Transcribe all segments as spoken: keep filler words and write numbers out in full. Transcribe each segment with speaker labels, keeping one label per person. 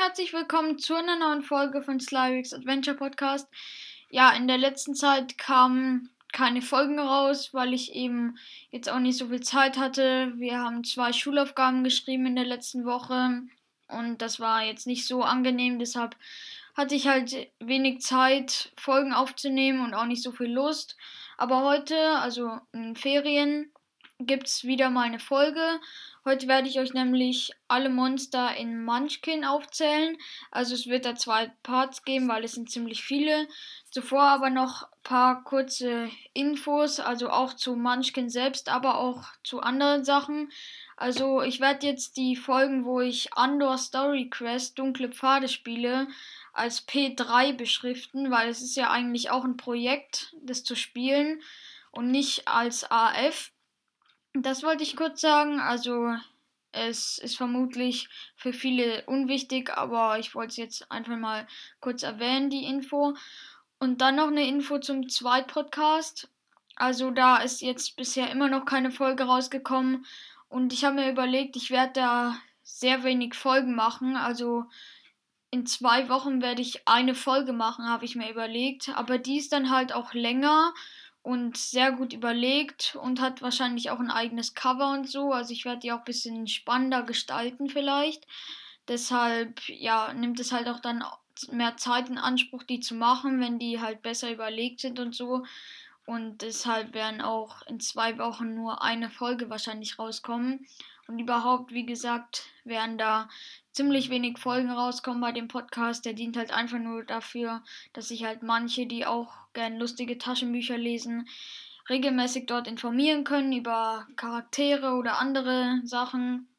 Speaker 1: herzlich willkommen zu einer neuen Folge von Slyrics Adventure Podcast. Ja, in der letzten Zeit kamen keine Folgen raus, weil ich eben jetzt auch nicht so viel Zeit hatte. Wir haben zwei Schulaufgaben geschrieben in der letzten Woche und das war jetzt nicht so angenehm, deshalb hatte ich halt wenig Zeit, Folgen aufzunehmen und auch nicht so viel Lust. Aber heute, also in Ferien, gibt es wieder mal eine Folge. Heute werde ich euch nämlich alle Monster in Munchkin aufzählen. Also es wird da zwei Parts geben, weil es sind ziemlich viele. Zuvor aber noch ein paar kurze Infos, also auch zu Munchkin selbst, aber auch zu anderen Sachen. Also ich werde jetzt die Folgen, wo ich Andor Story Quest Dunkle Pfade spiele, als P drei beschriften, weil es ist ja eigentlich auch ein Projekt, das zu spielen und nicht als A F. Das wollte ich kurz sagen. Also es ist vermutlich für viele unwichtig, aber ich wollte es jetzt einfach mal kurz erwähnen, die Info. Und dann noch eine Info zum Zweitpodcast. Also da ist jetzt bisher immer noch keine Folge rausgekommen und ich habe mir überlegt, ich werde da sehr wenig Folgen machen. Also in zwei Wochen werde ich eine Folge machen, habe ich mir überlegt. Aber die ist dann halt auch länger und sehr gut überlegt und hat wahrscheinlich auch ein eigenes Cover und so. Also ich werde die auch ein bisschen spannender gestalten vielleicht. Deshalb, ja, nimmt es halt auch dann mehr Zeit in Anspruch, die zu machen, wenn die halt besser überlegt sind und so. Und deshalb werden auch in zwei Wochen nur eine Folge wahrscheinlich rauskommen. Und überhaupt, wie gesagt, werden da ziemlich wenig Folgen rauskommen bei dem Podcast. Der dient halt einfach nur dafür, dass sich halt manche, die auch gern lustige Taschenbücher lesen, regelmäßig dort informieren können über Charaktere oder andere Sachen.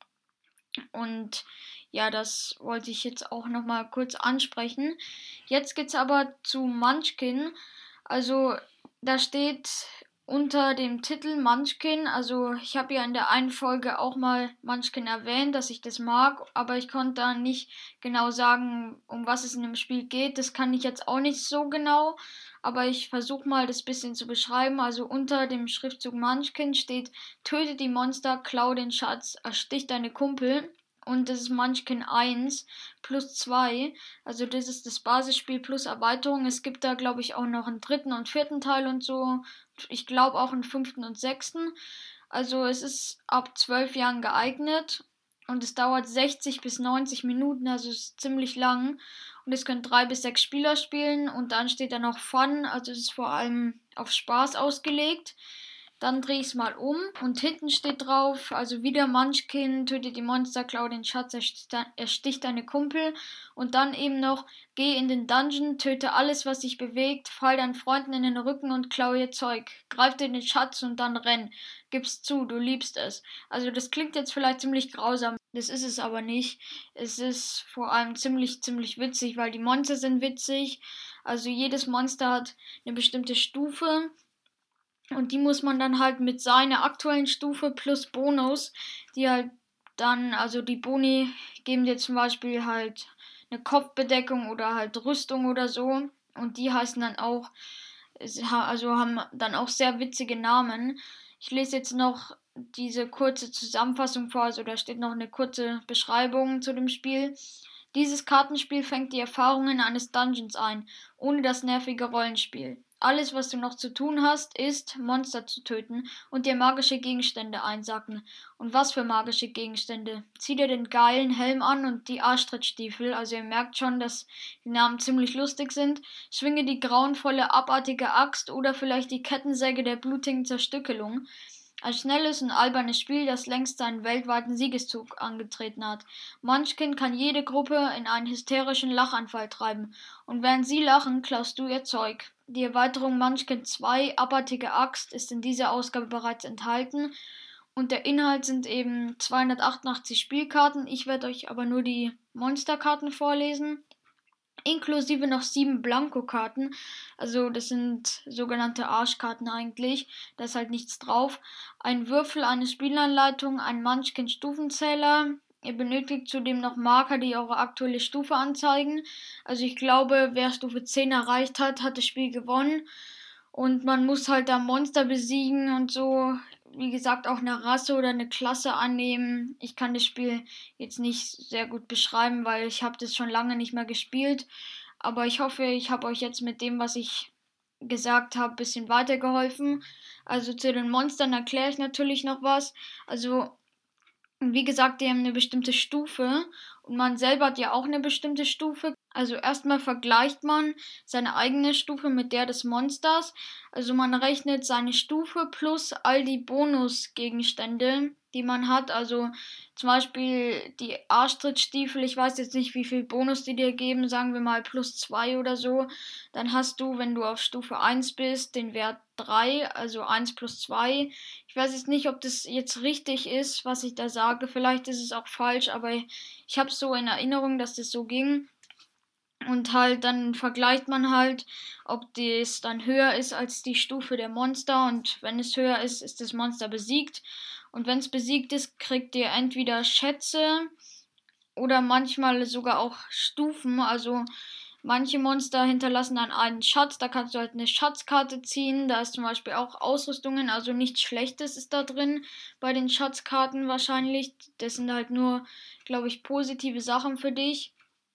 Speaker 1: Und ja, das wollte ich jetzt auch nochmal kurz ansprechen. Jetzt geht's aber zu Munchkin. Also da steht unter dem Titel Munchkin, also ich habe ja in der einen Folge auch mal Munchkin erwähnt, dass ich das mag, aber ich konnte da nicht genau sagen, um was es in dem Spiel geht. Das kann ich jetzt auch nicht so genau, aber ich versuche mal das bisschen zu beschreiben. Also unter dem Schriftzug Munchkin steht: Töte die Monster, klau den Schatz, erstich deine Kumpel. Und das ist Munchkin eins plus zwei. Also das ist das Basisspiel plus Erweiterung. Es gibt da, glaube ich, auch noch einen dritten und vierten Teil und so. Ich glaube auch einen fünften und sechsten. Also es ist ab zwölf Jahren geeignet. Und es dauert sechzig bis neunzig Minuten, also es ist ziemlich lang. Und es können drei bis sechs Spieler spielen. Und dann steht da noch Fun, also es ist vor allem auf Spaß ausgelegt. Dann drehe ich es mal um und hinten steht drauf, also wieder Munchkin, tötet die Monster, klau den Schatz, ersticht deine Kumpel. Und dann eben noch, geh in den Dungeon, töte alles, was sich bewegt, fall deinen Freunden in den Rücken und klau ihr Zeug. Greif dir den Schatz und dann renn. Gib's zu, du liebst es. Also das klingt jetzt vielleicht ziemlich grausam, das ist es aber nicht. Es ist vor allem ziemlich, ziemlich witzig, weil die Monster sind witzig. Also jedes Monster hat eine bestimmte Stufe. Und die muss man dann halt mit seiner aktuellen Stufe plus Bonus, die halt dann, also die Boni geben dir zum Beispiel halt eine Kopfbedeckung oder halt Rüstung oder so. Und die heißen dann auch, also haben dann auch sehr witzige Namen. Ich lese jetzt noch diese kurze Zusammenfassung vor, also da steht noch eine kurze Beschreibung zu dem Spiel. Dieses Kartenspiel fängt die Erfahrungen eines Dungeons ein, ohne das nervige Rollenspiel. Alles, was du noch zu tun hast, ist, Monster zu töten und dir magische Gegenstände einsacken. Und was für magische Gegenstände? Zieh dir den geilen Helm an und die Arschtrittstiefel, also ihr merkt schon, dass die Namen ziemlich lustig sind. Schwinge die grauenvolle, abartige Axt oder vielleicht die Kettensäge der blutigen Zerstückelung. Ein schnelles und albernes Spiel, das längst seinen weltweiten Siegeszug angetreten hat. Munchkin kann jede Gruppe in einen hysterischen Lachanfall treiben. Und während sie lachen, klaust du ihr Zeug. Die Erweiterung Munchkin zwei, abartige Axt, ist in dieser Ausgabe bereits enthalten. Und der Inhalt sind eben zweihundertachtundachtzig Spielkarten. Ich werde euch aber nur die Monsterkarten vorlesen. Inklusive noch sieben Blankokarten. Also das sind sogenannte Arschkarten eigentlich. Da ist halt nichts drauf. Ein Würfel, eine Spielanleitung, ein Munchkin-Stufenzähler. Ihr benötigt zudem noch Marker, die eure aktuelle Stufe anzeigen. Also ich glaube, wer Stufe zehn erreicht hat, hat das Spiel gewonnen. Und man muss halt da Monster besiegen und so. wie gesagt, auch eine Rasse oder eine Klasse annehmen. Ich kann das Spiel jetzt nicht sehr gut beschreiben, weil ich habe das schon lange nicht mehr gespielt. Aber ich hoffe, ich habe euch jetzt mit dem, was ich gesagt habe, ein bisschen weitergeholfen. Also zu den Monstern erkläre ich natürlich noch was. Also wie gesagt, die haben eine bestimmte Stufe und man selber hat ja auch eine bestimmte Stufe. Also erstmal vergleicht man seine eigene Stufe mit der des Monsters. Also man rechnet seine Stufe plus all die Bonusgegenstände, die man hat. Also zum Beispiel die Arschtrittstiefel, ich weiß jetzt nicht, wie viel Bonus die dir geben, sagen wir mal plus zwei oder so. Dann hast du, wenn du auf Stufe eins bist, den Wert drei, also eins plus zwei. Ich weiß jetzt nicht, ob das jetzt richtig ist, was ich da sage. Vielleicht ist es auch falsch, aber ich habe es so in Erinnerung, dass das so ging. Und halt, dann vergleicht man halt, ob das dann höher ist als die Stufe der Monster. Und wenn es höher ist, ist das Monster besiegt. Und wenn es besiegt ist, kriegt ihr entweder Schätze oder manchmal sogar auch Stufen. Also manche Monster hinterlassen dann einen Schatz. Da kannst du halt eine Schatzkarte ziehen. Da ist zum Beispiel auch Ausrüstungen. Also nichts Schlechtes ist da drin bei den Schatzkarten wahrscheinlich. Das sind halt nur, glaube ich, positive Sachen für dich,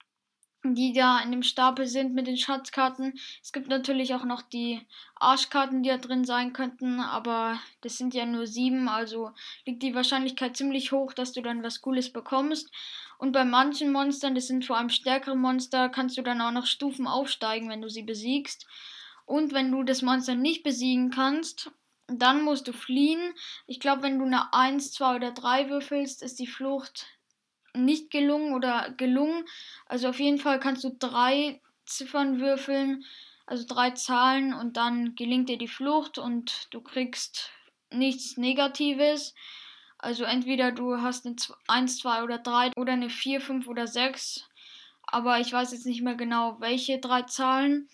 Speaker 1: die da in dem Stapel sind mit den Schatzkarten. Es gibt natürlich auch noch die Arschkarten, die da drin sein könnten, aber das sind ja nur sieben, also liegt die Wahrscheinlichkeit ziemlich hoch, dass du dann was Cooles bekommst. Und bei manchen Monstern, das sind vor allem stärkere Monster, kannst du dann auch noch Stufen aufsteigen, wenn du sie besiegst. Und wenn du das Monster nicht besiegen kannst, dann musst du fliehen. Ich glaube, wenn du eine eins, zwei oder drei würfelst, ist die Flucht nicht gelungen oder gelungen. Also auf jeden Fall kannst du drei Ziffern würfeln, also drei Zahlen und dann gelingt dir die Flucht und du kriegst nichts Negatives. Also entweder du hast eine eins, zwei oder drei oder eine vier, fünf oder sechs, aber ich weiß jetzt nicht mehr genau, welche drei Zahlen.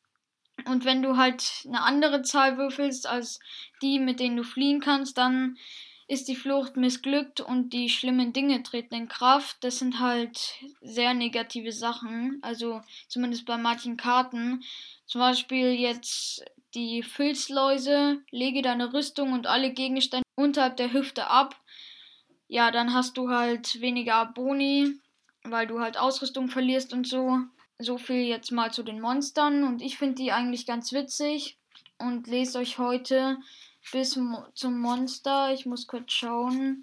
Speaker 1: Und wenn du halt eine andere Zahl würfelst als die, mit denen du fliehen kannst, dann ist die Flucht missglückt und die schlimmen Dinge treten in Kraft. Das sind halt sehr negative Sachen, also zumindest bei manchen Karten. Zum Beispiel jetzt die Filzläuse, lege deine Rüstung und alle Gegenstände unterhalb der Hüfte ab. Ja, dann hast du halt weniger Boni, weil du halt Ausrüstung verlierst und so. So viel jetzt mal zu den Monstern und ich finde die eigentlich ganz witzig und lese euch heute bis zum Monster. Ich muss kurz schauen.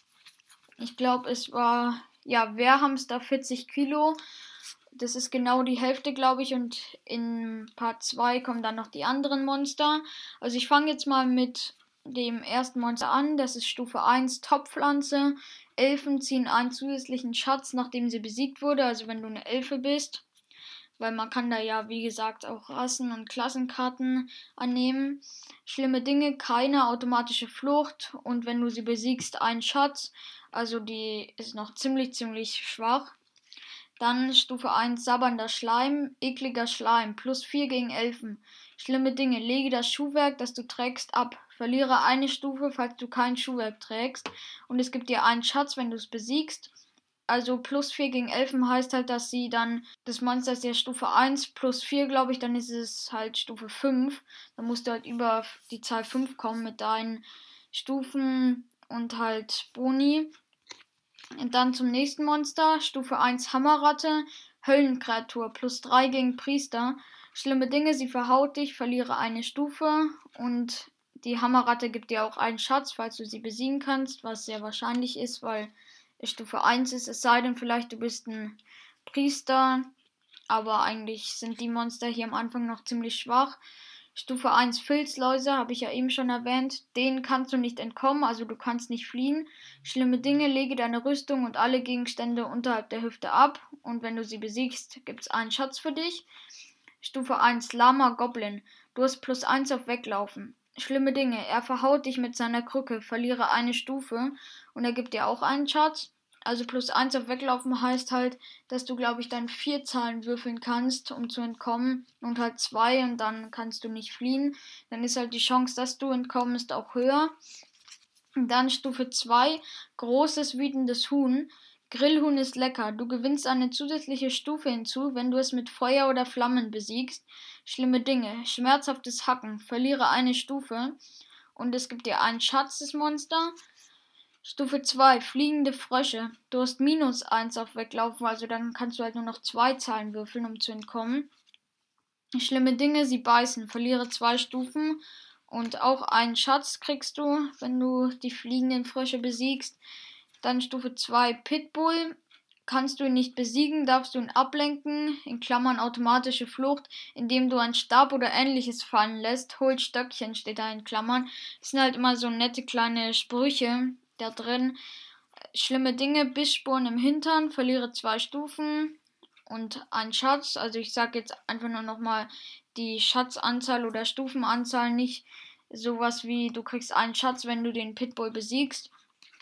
Speaker 1: Ich glaube, es war, ja, Wehrhamster vierzig Kilo. Das ist genau die Hälfte, glaube ich. Und in Part zwei kommen dann noch die anderen Monster. Also ich fange jetzt mal mit dem ersten Monster an. Das ist Stufe eins, Topfpflanze. Elfen ziehen einen zusätzlichen Schatz, nachdem sie besiegt wurde. Also wenn du eine Elfe bist. Weil man kann da ja, wie gesagt, auch Rassen- und Klassenkarten annehmen. Schlimme Dinge, keine automatische Flucht und wenn du sie besiegst, ein Schatz. Also die ist noch ziemlich, ziemlich schwach. Dann Stufe eins, sabbernder Schleim, ekliger Schleim, plus vier gegen Elfen. Schlimme Dinge, lege das Schuhwerk, das du trägst, ab. Verliere eine Stufe, falls du kein Schuhwerk trägst. Und es gibt dir einen Schatz, wenn du es besiegst. Also plus vier gegen Elfen heißt halt, dass sie dann, das Monster ist ja Stufe eins, plus vier, glaube ich, dann ist es halt Stufe fünf. Dann musst du halt über die Zahl fünf kommen mit deinen Stufen und halt Boni. Und dann zum nächsten Monster, Stufe eins Hammerratte, Höllenkreatur, plus drei gegen Priester. Schlimme Dinge, sie verhaut dich, verliere eine Stufe und die Hammerratte gibt dir auch einen Schatz, falls du sie besiegen kannst, was sehr wahrscheinlich ist, weil Stufe eins ist, es sei denn vielleicht du bist ein Priester, aber eigentlich sind die Monster hier am Anfang noch ziemlich schwach. Stufe eins Filzläuse, habe ich ja eben schon erwähnt, denen kannst du nicht entkommen, also du kannst nicht fliehen. Schlimme Dinge, lege deine Rüstung und alle Gegenstände unterhalb der Hüfte ab und wenn du sie besiegst, gibt es einen Schatz für dich. Stufe eins Lama Goblin, du hast plus eins auf Weglaufen. Schlimme Dinge. Er verhaut dich mit seiner Krücke, verliere eine Stufe und er gibt dir auch einen Schatz. Also plus eins auf Weglaufen heißt halt, dass du, glaube ich, dann vier Zahlen würfeln kannst, um zu entkommen und halt zwei und dann kannst du nicht fliehen. Dann ist halt die Chance, dass du entkommst, auch höher. Und dann Stufe zwei, großes wütendes Huhn. Grillhuhn ist lecker. Du gewinnst eine zusätzliche Stufe hinzu, wenn du es mit Feuer oder Flammen besiegst. Schlimme Dinge. Schmerzhaftes Hacken. Verliere eine Stufe. und es gibt dir einen Schatz, das Monster. Stufe zwei, fliegende Frösche. Du hast minus eins auf Weglaufen, also dann kannst du halt nur noch zwei Zahlen würfeln, um zu entkommen. Schlimme Dinge, sie beißen. Verliere zwei Stufen und auch einen Schatz kriegst du, wenn du die fliegenden Frösche besiegst. Dann Stufe zwei, Pitbull. Kannst du ihn nicht besiegen, darfst du ihn ablenken, in Klammern automatische Flucht, indem du einen Stab oder ähnliches fallen lässt. Holt Stöckchen steht da in Klammern. Das sind halt immer so nette kleine Sprüche da drin. Schlimme Dinge, Bissspuren im Hintern, verliere zwei Stufen und einen Schatz. Also ich sage jetzt einfach nur nochmal die Schatzanzahl oder Stufenanzahl, nicht sowas wie du kriegst einen Schatz, wenn du den Pitbull besiegst.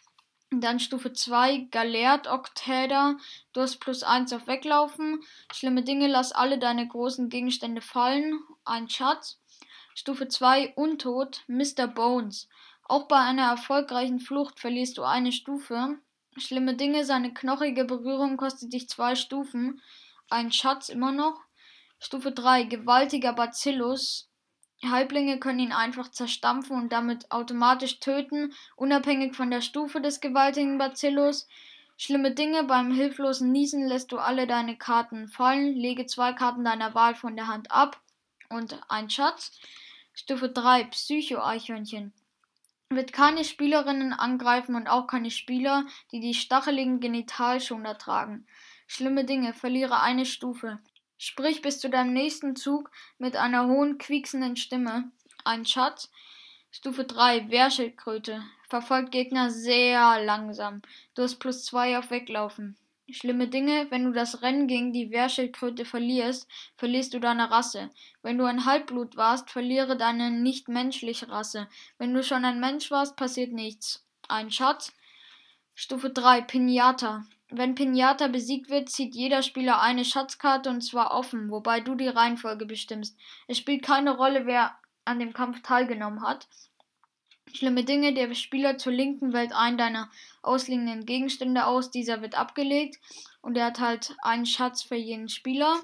Speaker 1: Dann Stufe zwei, Galeert-Oktäder. Du hast plus eins auf Weglaufen. Schlimme Dinge, lass alle deine großen Gegenstände fallen. Ein Schatz. Stufe zwei, Untot, Mister Bones. Auch bei einer erfolgreichen Flucht verlierst du eine Stufe. Schlimme Dinge, seine knochige Berührung kostet dich zwei Stufen. Ein Schatz immer noch. Stufe drei, gewaltiger Bacillus. Halblinge können ihn einfach zerstampfen und damit automatisch töten, unabhängig von der Stufe des gewaltigen Bacillus. Schlimme Dinge, beim hilflosen Niesen lässt du alle deine Karten fallen, lege zwei Karten deiner Wahl von der Hand ab und ein Schatz. Stufe drei, Psycho-Eichhörnchen. Wird keine Spielerinnen angreifen und auch keine Spieler, die die stacheligen Genitalschoner tragen. Schlimme Dinge, verliere eine Stufe. Sprich bis zu deinem nächsten Zug mit einer hohen, quieksenden Stimme. Ein Schatz. Stufe drei, Wehrschildkröte. Verfolgt Gegner sehr langsam. Du hast plus zwei auf Weglaufen. Schlimme Dinge, wenn du das Rennen gegen die Wehrschildkröte verlierst, verlierst du deine Rasse. Wenn du ein Halbblut warst, verliere deine nicht-menschliche Rasse. Wenn du schon ein Mensch warst, passiert nichts. Ein Schatz. Stufe drei, Pinata. Wenn Pinata besiegt wird, zieht jeder Spieler eine Schatzkarte und zwar offen, wobei du die Reihenfolge bestimmst. Es spielt keine Rolle, wer an dem Kampf teilgenommen hat. Schlimme Dinge, der Spieler zur Linken wählt einen deiner ausliegenden Gegenstände aus, dieser wird abgelegt und er hat halt einen Schatz für jeden Spieler.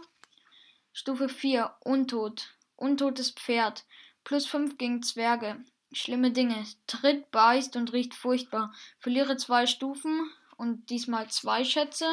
Speaker 1: Stufe vier, Untot. Untotes Pferd. Plus fünf gegen Zwerge. Schlimme Dinge, tritt, beißt und riecht furchtbar. Verliere zwei Stufen und diesmal zwei Schätze.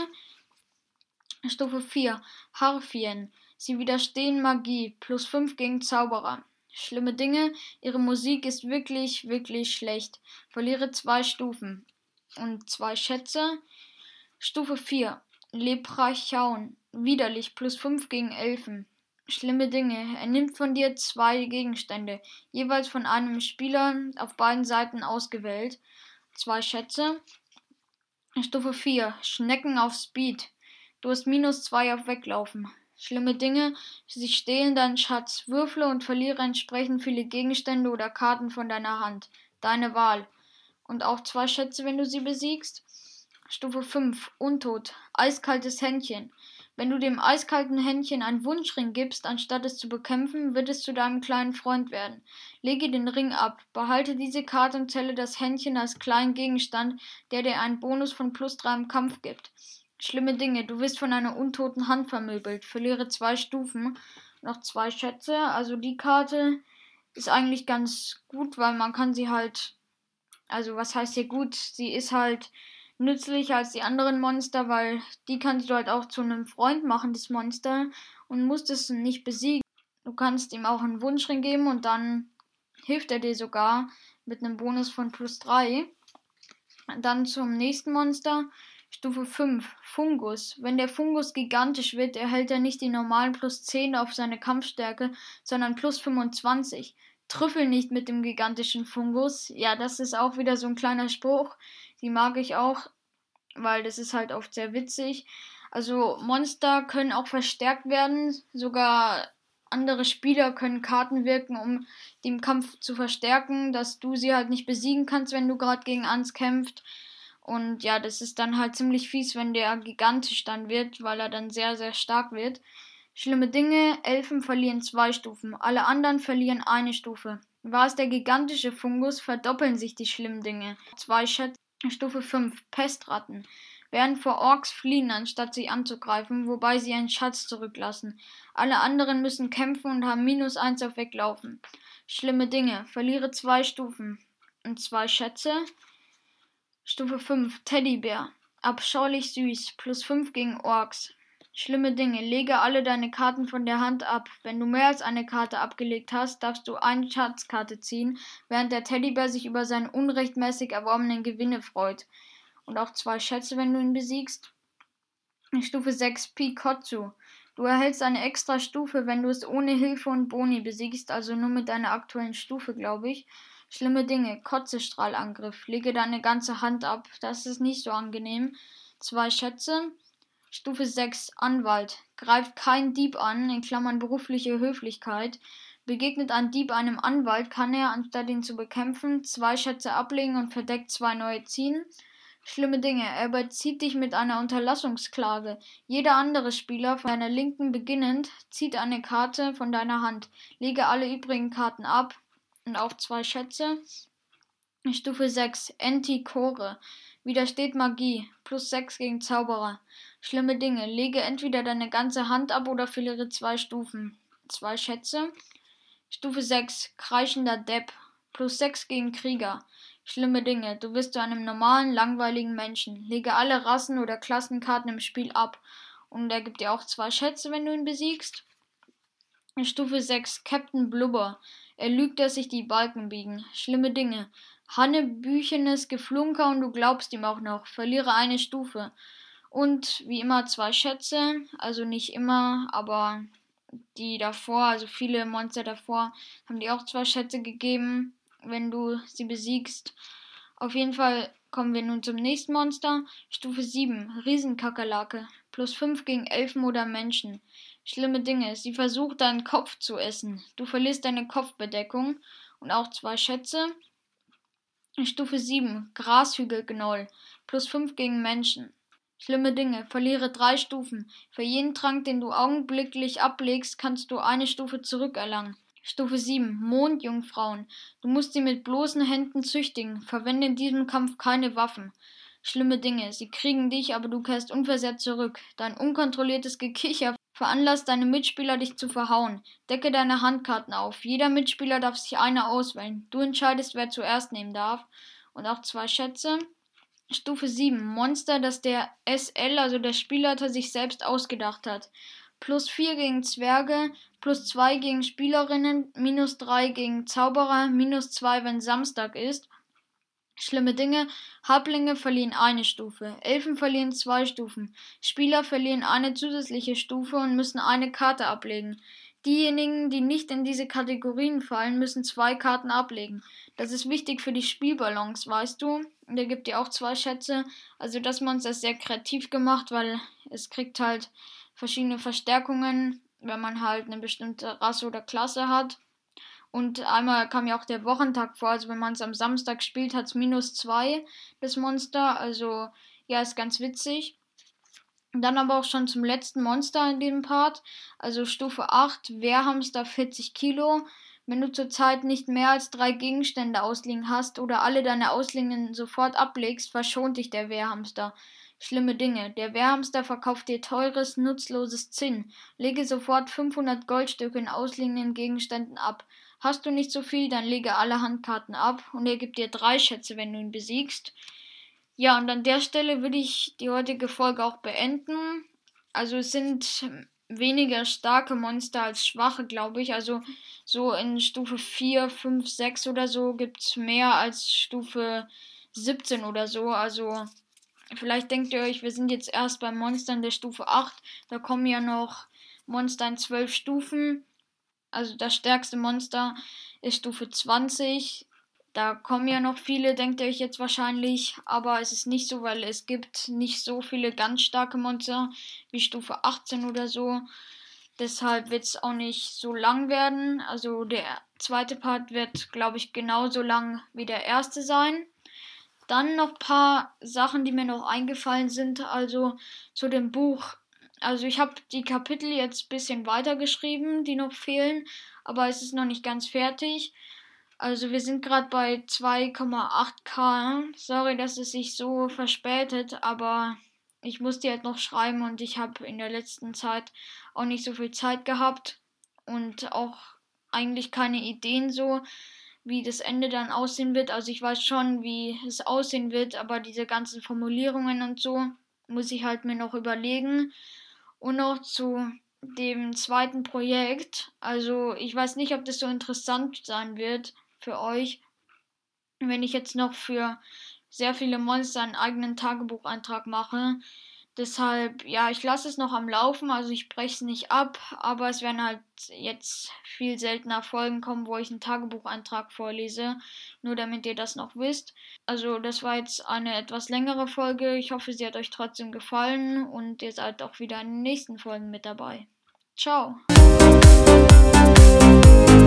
Speaker 1: Stufe vier, Harfien. Sie widerstehen Magie. Plus fünf gegen Zauberer. Schlimme Dinge, ihre Musik ist wirklich, wirklich schlecht. Verliere zwei Stufen und zwei Schätze. Stufe vier, Leprachaun. Widerlich, plus fünf gegen Elfen. Schlimme Dinge, er nimmt von dir zwei Gegenstände, jeweils von einem Spieler auf beiden Seiten ausgewählt. Zwei Schätze. Stufe vier, Schnecken auf Speed. Du hast minus zwei auf Weglaufen. Schlimme Dinge, sie stehlen deinen Schatz, würfle und verliere entsprechend viele Gegenstände oder Karten von deiner Hand. Deine Wahl. Und auch zwei Schätze, wenn du sie besiegst. Stufe fünf, Untot, eiskaltes Händchen. Wenn du dem eiskalten Händchen einen Wunschring gibst, anstatt es zu bekämpfen, wird es zu deinem kleinen Freund werden. Lege den Ring ab, behalte diese Karte und zähle das Händchen als kleinen Gegenstand, der dir einen Bonus von plus drei im Kampf gibt. Schlimme Dinge, du wirst von einer untoten Hand vermöbelt, verliere zwei Stufen, noch zwei Schätze, also die Karte ist eigentlich ganz gut, weil man kann sie halt, also was heißt hier gut, sie ist halt nützlicher als die anderen Monster, weil die kannst du halt auch zu einem Freund machen, das Monster, und musst es nicht besiegen. Du kannst ihm auch einen Wunschring geben und dann hilft er dir sogar mit einem Bonus von plus drei. Dann zum nächsten Monster. Stufe fünf, Fungus. Wenn der Fungus gigantisch wird, erhält er nicht die normalen plus zehn auf seine Kampfstärke, sondern plus fünfundzwanzig. Trüffel nicht mit dem gigantischen Fungus. Ja, das ist auch wieder so ein kleiner Spruch. Die mag ich auch, weil das ist halt oft sehr witzig. Also Monster können auch verstärkt werden. Sogar andere Spieler können Karten wirken, um den Kampf zu verstärken, dass du sie halt nicht besiegen kannst, wenn du gerade gegen eins kämpfst. Und ja, das ist dann halt ziemlich fies, wenn der gigantisch dann wird, weil er dann sehr, sehr stark wird. Schlimme Dinge, Elfen verlieren zwei Stufen, alle anderen verlieren eine Stufe. War es der gigantische Fungus, verdoppeln sich die schlimmen Dinge. Zwei Schätze. Stufe fünf, Pestratten. werden vor Orks fliehen, anstatt sie anzugreifen, wobei sie einen Schatz zurücklassen. Alle anderen müssen kämpfen und haben minus eins auf Weglaufen. Schlimme Dinge. Verliere zwei Stufen und zwei Schätze. Stufe fünf. Teddybär. Abscheulich süß. Plus fünf gegen Orks. Schlimme Dinge. Lege alle deine Karten von der Hand ab. Wenn du mehr als eine Karte abgelegt hast, darfst du eine Schatzkarte ziehen, während der Teddybär sich über seine unrechtmäßig erworbenen Gewinne freut. Und auch zwei Schätze, wenn du ihn besiegst. Stufe sechs. Pikotsu. Du erhältst eine extra Stufe, wenn du es ohne Hilfe und Boni besiegst, also nur mit deiner aktuellen Stufe, glaube ich. Schlimme Dinge. Kotzestrahlangriff. Lege deine ganze Hand ab. Das ist nicht so angenehm. Zwei Schätze. Stufe sechs. Anwalt. Greift kein Dieb an, in Klammern berufliche Höflichkeit. Begegnet ein Dieb einem Anwalt, kann er, anstatt ihn zu bekämpfen, zwei Schätze ablegen und verdeckt zwei neue ziehen. Schlimme Dinge. Er überzieht dich mit einer Unterlassungsklage. Jeder andere Spieler, von deiner Linken beginnend, zieht eine Karte von deiner Hand. Lege alle übrigen Karten ab und auch zwei Schätze. Stufe sechs. Antikore. Widersteht Magie. Plus sechs gegen Zauberer. Schlimme Dinge. Lege entweder deine ganze Hand ab oder verliere zwei Stufen. Zwei Schätze. Stufe sechs. Kreischender Depp. Plus sechs gegen Krieger. Schlimme Dinge. Du wirst zu einem normalen, langweiligen Menschen. Lege alle Rassen- oder Klassenkarten im Spiel ab. Und er gibt dir auch zwei Schätze, wenn du ihn besiegst. Stufe sechs. Captain Blubber. Er lügt, dass sich die Balken biegen. Schlimme Dinge. Hannebüchenes Geflunker und du glaubst ihm auch noch. Verliere eine Stufe. Und wie immer zwei Schätze. Also nicht immer, aber die davor, also viele Monster davor, haben die auch zwei Schätze gegeben, wenn du sie besiegst. Auf jeden Fall kommen wir nun zum nächsten Monster. Stufe sieben. Riesenkakerlake. Plus fünf gegen Elfen oder Menschen. Schlimme Dinge. Sie versucht, deinen Kopf zu essen. Du verlierst deine Kopfbedeckung und auch zwei Schätze. Stufe sieben. Grashügelgnoll. Plus fünf gegen Menschen. Schlimme Dinge. Verliere drei Stufen. Für jeden Trank, den du augenblicklich ablegst, kannst du eine Stufe zurückerlangen. Stufe sieben. Mondjungfrauen. Du musst sie mit bloßen Händen züchtigen. Verwende in diesem Kampf keine Waffen. Schlimme Dinge. Sie kriegen dich, aber du kehrst unversehrt zurück. Dein unkontrolliertes Gekicher veranlasst deine Mitspieler, dich zu verhauen. Decke deine Handkarten auf. Jeder Mitspieler darf sich eine auswählen. Du entscheidest, wer zuerst nehmen darf. Und auch zwei Schätze. Stufe sieben. Monster, das der S L, also der Spielleiter, sich selbst ausgedacht hat. Plus vier gegen Zwerge, plus zwei gegen Spielerinnen, minus drei gegen Zauberer, minus zwei, wenn Samstag ist. Schlimme Dinge. Halblinge verlieren eine Stufe. Elfen verlieren zwei Stufen. Spieler verlieren eine zusätzliche Stufe und müssen eine Karte ablegen. Diejenigen, die nicht in diese Kategorien fallen, müssen zwei Karten ablegen. Das ist wichtig für die Spielbalance, weißt du? Und der gibt dir auch zwei Schätze. Also das Monster ist sehr kreativ gemacht, weil es kriegt halt verschiedene Verstärkungen, wenn man halt eine bestimmte Rasse oder Klasse hat. Und einmal kam ja auch der Wochentag vor, also wenn man es am Samstag spielt, hat es minus zwei, das Monster. Also ja, ist ganz witzig. Und dann aber auch schon zum letzten Monster in dem Part, also Stufe acht, Wehrhamster vierzig Kilo. Wenn du zurzeit nicht mehr als drei Gegenstände ausliegen hast oder alle deine Ausliegenden sofort ablegst, verschont dich der Wehrhamster. Schlimme Dinge. Der Wehrhamster verkauft dir teures, nutzloses Zinn. Lege sofort fünfhundert Goldstücke in ausliegenden Gegenständen ab. Hast du nicht so viel, dann lege alle Handkarten ab und er gibt dir drei Schätze, wenn du ihn besiegst. Ja, und an der Stelle würde ich die heutige Folge auch beenden. Also es sind weniger starke Monster als schwache, glaube ich. Also so in Stufe vier, fünf, sechs oder so gibt es mehr als Stufe siebzehn oder so. Also vielleicht denkt ihr euch, wir sind jetzt erst bei Monstern der Stufe acht. Da kommen ja noch Monster in zwölf Stufen. Also das stärkste Monster ist Stufe zwanzig. Da kommen ja noch viele, denkt ihr euch jetzt wahrscheinlich. Aber es ist nicht so, weil es gibt nicht so viele ganz starke Monster wie Stufe achtzehn oder so. Deshalb wird es auch nicht so lang werden. Also der zweite Part wird, glaube ich, genauso lang wie der erste sein. Dann noch ein paar Sachen, die mir noch eingefallen sind. Also zu dem Buch. Also ich habe die Kapitel jetzt ein bisschen weitergeschrieben, die noch fehlen, aber es ist noch nicht ganz fertig. Also wir sind gerade bei zwei Komma acht K. Sorry, dass es sich so verspätet, aber ich musste halt noch schreiben und ich habe in der letzten Zeit auch nicht so viel Zeit gehabt und auch eigentlich keine Ideen so, wie das Ende dann aussehen wird. Also ich weiß schon, wie es aussehen wird, aber diese ganzen Formulierungen und so muss ich halt mir noch überlegen. Und noch zu dem zweiten Projekt. Also ich weiß nicht, ob das so interessant sein wird für euch, wenn ich jetzt noch für sehr viele Monster einen eigenen Tagebucheintrag mache. Deshalb, ja, ich lasse es noch am Laufen, also ich breche es nicht ab, aber es werden halt jetzt viel seltener Folgen kommen, wo ich einen Tagebucheintrag vorlese, nur damit ihr das noch wisst. Also das war jetzt eine etwas längere Folge, ich hoffe, sie hat euch trotzdem gefallen und ihr seid auch wieder in den nächsten Folgen mit dabei. Ciao!